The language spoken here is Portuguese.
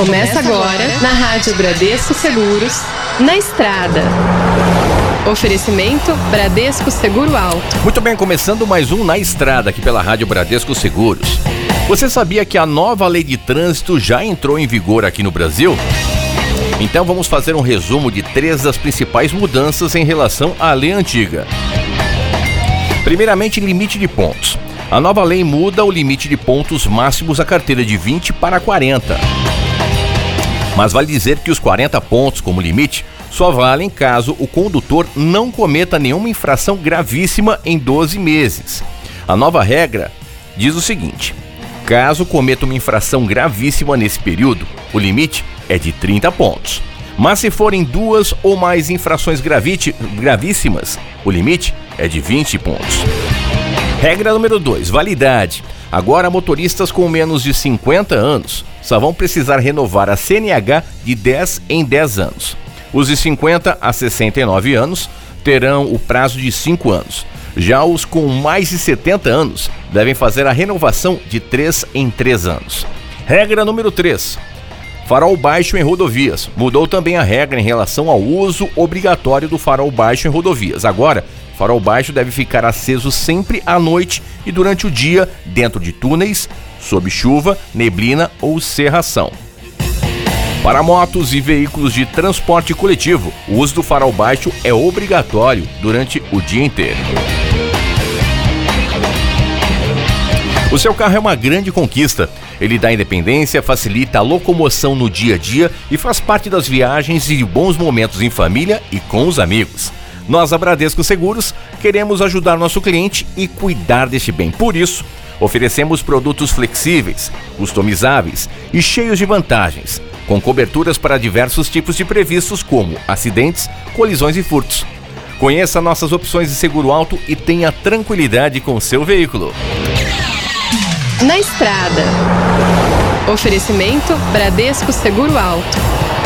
Começa agora na Rádio Bradesco Seguros, na estrada. Oferecimento Bradesco Seguro Alto. Muito bem, começando mais um Na Estrada aqui pela Rádio Bradesco Seguros. Você sabia que a nova lei de trânsito já entrou em vigor aqui no Brasil? Então vamos fazer um resumo de 3 das principais mudanças em relação à lei antiga. Primeiramente, limite de pontos. A nova lei muda o limite de pontos máximos da carteira de 20 para 40. Mas vale dizer que os 40 pontos como limite só valem caso o condutor não cometa nenhuma infração gravíssima em 12 meses. A nova regra diz o seguinte: caso cometa uma infração gravíssima nesse período, o limite é de 30 pontos. Mas se forem 2 ou mais infrações gravíssimas, o limite é de 20 pontos. Regra número 2, validade. Agora, motoristas com menos de 50 anos só vão precisar renovar a CNH de 10 em 10 anos. Os de 50 a 69 anos terão o prazo de 5 anos. Já os com mais de 70 anos devem fazer a renovação de 3 em 3 anos. Regra número 3. Farol baixo em rodovias. Mudou também a regra em relação ao uso obrigatório do farol baixo em rodovias. Agora, farol baixo deve ficar aceso sempre à noite e durante o dia, dentro de túneis, sob chuva, neblina ou cerração. Para motos e veículos de transporte coletivo, o uso do farol baixo é obrigatório durante o dia inteiro. O seu carro é uma grande conquista. Ele dá independência, facilita a locomoção no dia a dia e faz parte das viagens e de bons momentos em família e com os amigos. Nós, a Bradesco Seguros, queremos ajudar nosso cliente e cuidar deste bem. Por isso, oferecemos produtos flexíveis, customizáveis e cheios de vantagens, com coberturas para diversos tipos de imprevistos como acidentes, colisões e furtos. Conheça nossas opções de seguro alto e tenha tranquilidade com o seu veículo. Na estrada. Oferecimento Bradesco Seguro Alto.